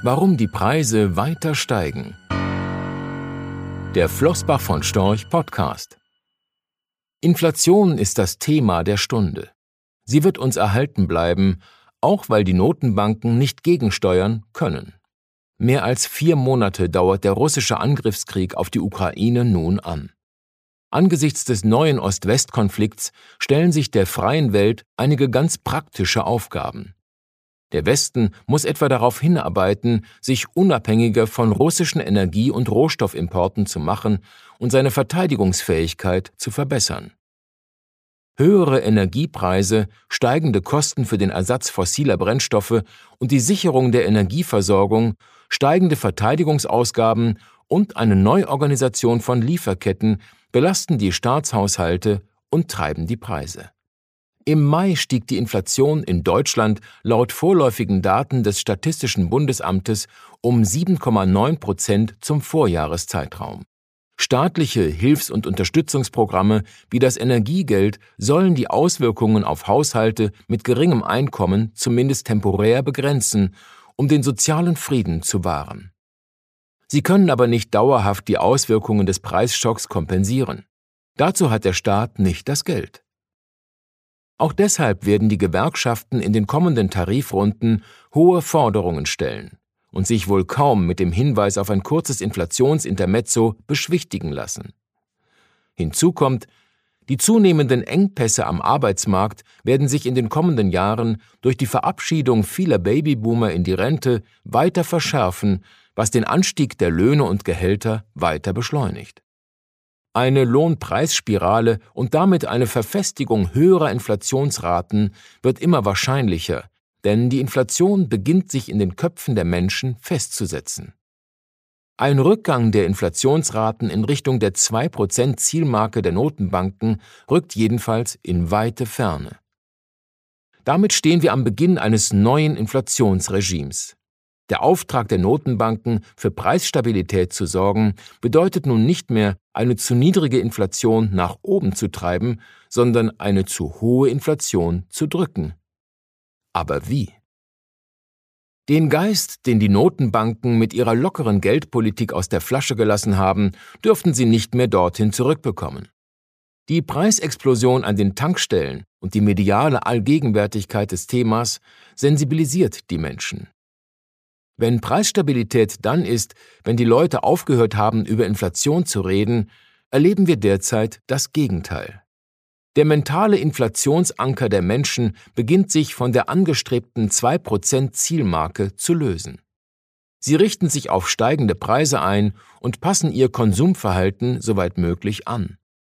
Warum die Preise weiter steigen. Der Flossbach von Storch Podcast. Inflation ist das Thema der Stunde. Sie wird uns erhalten bleiben, auch weil die Notenbanken nicht gegensteuern können. Mehr als 4 Monate dauert der russische Angriffskrieg auf die Ukraine nun an. Angesichts des neuen Ost-West-Konflikts stellen sich der freien Welt einige ganz praktische Aufgaben. Der Westen muss etwa darauf hinarbeiten, sich unabhängiger von russischen Energie- und Rohstoffimporten zu machen und seine Verteidigungsfähigkeit zu verbessern. Höhere Energiepreise, steigende Kosten für den Ersatz fossiler Brennstoffe und die Sicherung der Energieversorgung, steigende Verteidigungsausgaben und eine Neuorganisation von Lieferketten belasten die Staatshaushalte und treiben die Preise. Im Mai stieg die Inflation in Deutschland laut vorläufigen Daten des Statistischen Bundesamtes um 7,9% zum Vorjahreszeitraum. Staatliche Hilfs- und Unterstützungsprogramme wie das Energiegeld sollen die Auswirkungen auf Haushalte mit geringem Einkommen zumindest temporär begrenzen, um den sozialen Frieden zu wahren. Sie können aber nicht dauerhaft die Auswirkungen des Preisschocks kompensieren. Dazu hat der Staat nicht das Geld. Auch deshalb werden die Gewerkschaften in den kommenden Tarifrunden hohe Forderungen stellen und sich wohl kaum mit dem Hinweis auf ein kurzes Inflationsintermezzo beschwichtigen lassen. Hinzu kommt, die zunehmenden Engpässe am Arbeitsmarkt werden sich in den kommenden Jahren durch die Verabschiedung vieler Babyboomer in die Rente weiter verschärfen, was den Anstieg der Löhne und Gehälter weiter beschleunigt. Eine Lohnpreisspirale und damit eine Verfestigung höherer Inflationsraten wird immer wahrscheinlicher, denn die Inflation beginnt sich in den Köpfen der Menschen festzusetzen. Ein Rückgang der Inflationsraten in Richtung der 2% Zielmarke der Notenbanken rückt jedenfalls in weite Ferne. Damit stehen wir am Beginn eines neuen Inflationsregimes. Der Auftrag der Notenbanken, für Preisstabilität zu sorgen, bedeutet nun nicht mehr, eine zu niedrige Inflation nach oben zu treiben, sondern eine zu hohe Inflation zu drücken. Aber wie? Den Geist, den die Notenbanken mit ihrer lockeren Geldpolitik aus der Flasche gelassen haben, dürften sie nicht mehr dorthin zurückbekommen. Die Preisexplosion an den Tankstellen und die mediale Allgegenwärtigkeit des Themas sensibilisiert die Menschen. Wenn Preisstabilität dann ist, wenn die Leute aufgehört haben, über Inflation zu reden, erleben wir derzeit das Gegenteil. Der mentale Inflationsanker der Menschen beginnt sich von der angestrebten 2% Zielmarke zu lösen. Sie richten sich auf steigende Preise ein und passen ihr Konsumverhalten soweit möglich an.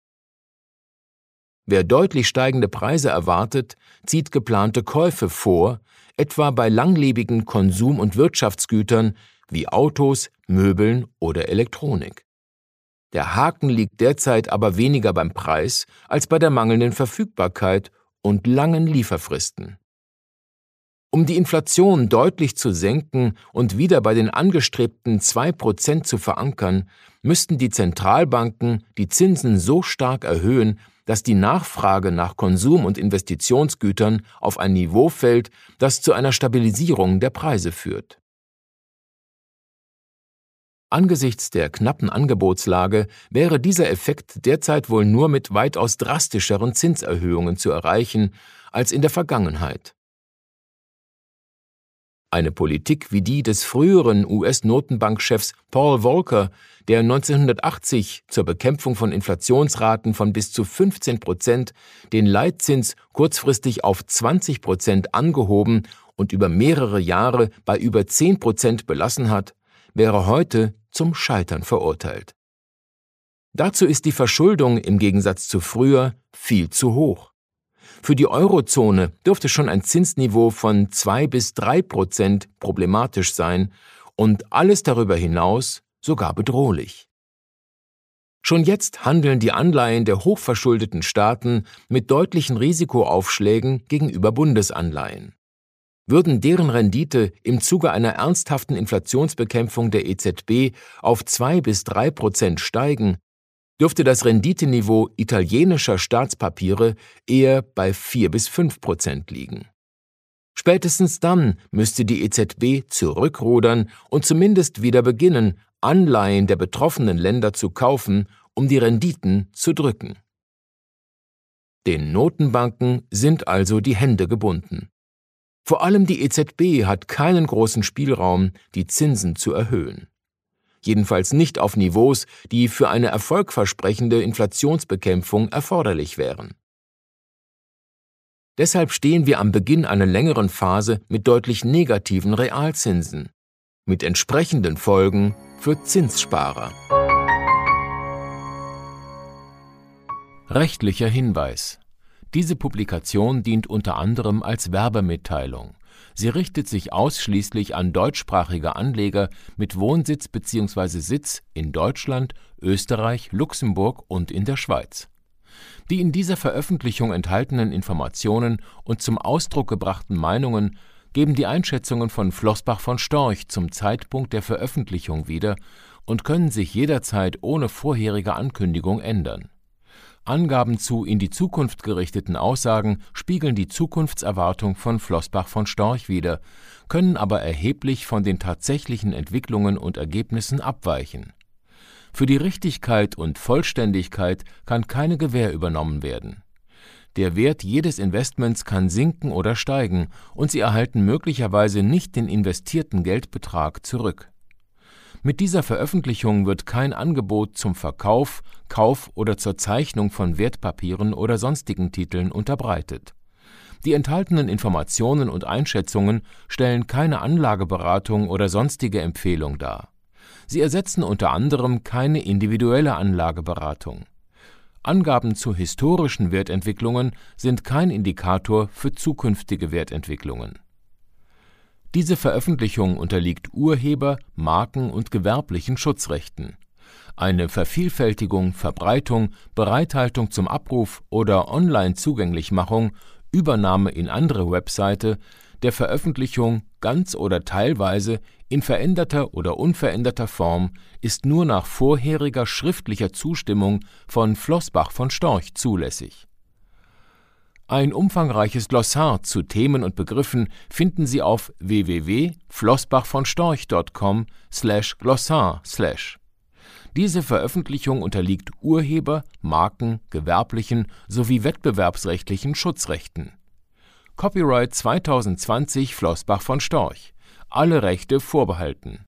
Wer deutlich steigende Preise erwartet, zieht geplante Käufe vor, etwa bei langlebigen Konsum- und Wirtschaftsgütern wie Autos, Möbeln oder Elektronik. Der Haken liegt derzeit aber weniger beim Preis als bei der mangelnden Verfügbarkeit und langen Lieferfristen. Um die Inflation deutlich zu senken und wieder bei den angestrebten 2% zu verankern, müssten die Zentralbanken die Zinsen so stark erhöhen, dass die Nachfrage nach Konsum- und Investitionsgütern auf ein Niveau fällt, das zu einer Stabilisierung der Preise führt. Angesichts der knappen Angebotslage wäre dieser Effekt derzeit wohl nur mit weitaus drastischeren Zinserhöhungen zu erreichen als in der Vergangenheit. Eine Politik wie die des früheren US-Notenbankchefs Paul Volcker, der 1980 zur Bekämpfung von Inflationsraten von bis zu 15% den Leitzins kurzfristig auf 20% angehoben und über mehrere Jahre bei über 10% belassen hat, wäre heute zum Scheitern verurteilt. Dazu ist die Verschuldung im Gegensatz zu früher viel zu hoch. Für die Eurozone dürfte schon ein Zinsniveau von 2 bis 3% problematisch sein und alles darüber hinaus sogar bedrohlich. Schon jetzt handeln die Anleihen der hochverschuldeten Staaten mit deutlichen Risikoaufschlägen gegenüber Bundesanleihen. Würden deren Rendite im Zuge einer ernsthaften Inflationsbekämpfung der EZB auf 2 bis 3% steigen, dürfte das Renditeniveau italienischer Staatspapiere eher bei 4 bis 5% liegen. Spätestens dann müsste die EZB zurückrudern und zumindest wieder beginnen, Anleihen der betroffenen Länder zu kaufen, um die Renditen zu drücken. Den Notenbanken sind also die Hände gebunden. Vor allem die EZB hat keinen großen Spielraum, die Zinsen zu erhöhen. Jedenfalls nicht auf Niveaus, die für eine erfolgversprechende Inflationsbekämpfung erforderlich wären. Deshalb stehen wir am Beginn einer längeren Phase mit deutlich negativen Realzinsen, mit entsprechenden Folgen für Zinssparer. Rechtlicher Hinweis: Diese Publikation dient unter anderem als Werbemitteilung. Sie richtet sich ausschließlich an deutschsprachige Anleger mit Wohnsitz bzw. Sitz in Deutschland, Österreich, Luxemburg und in der Schweiz. Die in dieser Veröffentlichung enthaltenen Informationen und zum Ausdruck gebrachten Meinungen geben die Einschätzungen von Flossbach von Storch zum Zeitpunkt der Veröffentlichung wieder und können sich jederzeit ohne vorherige Ankündigung ändern. Angaben zu in die Zukunft gerichteten Aussagen spiegeln die Zukunftserwartung von Flossbach von Storch wider, können aber erheblich von den tatsächlichen Entwicklungen und Ergebnissen abweichen. Für die Richtigkeit und Vollständigkeit kann keine Gewähr übernommen werden. Der Wert jedes Investments kann sinken oder steigen und Sie erhalten möglicherweise nicht den investierten Geldbetrag zurück. Mit dieser Veröffentlichung wird kein Angebot zum Verkauf, Kauf oder zur Zeichnung von Wertpapieren oder sonstigen Titeln unterbreitet. Die enthaltenen Informationen und Einschätzungen stellen keine Anlageberatung oder sonstige Empfehlung dar. Sie ersetzen unter anderem keine individuelle Anlageberatung. Angaben zu historischen Wertentwicklungen sind kein Indikator für zukünftige Wertentwicklungen. Diese Veröffentlichung unterliegt Urheber-, Marken- und gewerblichen Schutzrechten. Eine Vervielfältigung, Verbreitung, Bereithaltung zum Abruf oder Online-Zugänglichmachung, Übernahme in andere Webseite, der Veröffentlichung ganz oder teilweise in veränderter oder unveränderter Form ist nur nach vorheriger schriftlicher Zustimmung von Flossbach von Storch zulässig. Ein umfangreiches Glossar zu Themen und Begriffen finden Sie auf www.flossbachvonstorch.com/glossar/. Diese Veröffentlichung unterliegt Urheber-, Marken-, gewerblichen sowie wettbewerbsrechtlichen Schutzrechten. Copyright 2020 Flossbach von Storch. Alle Rechte vorbehalten.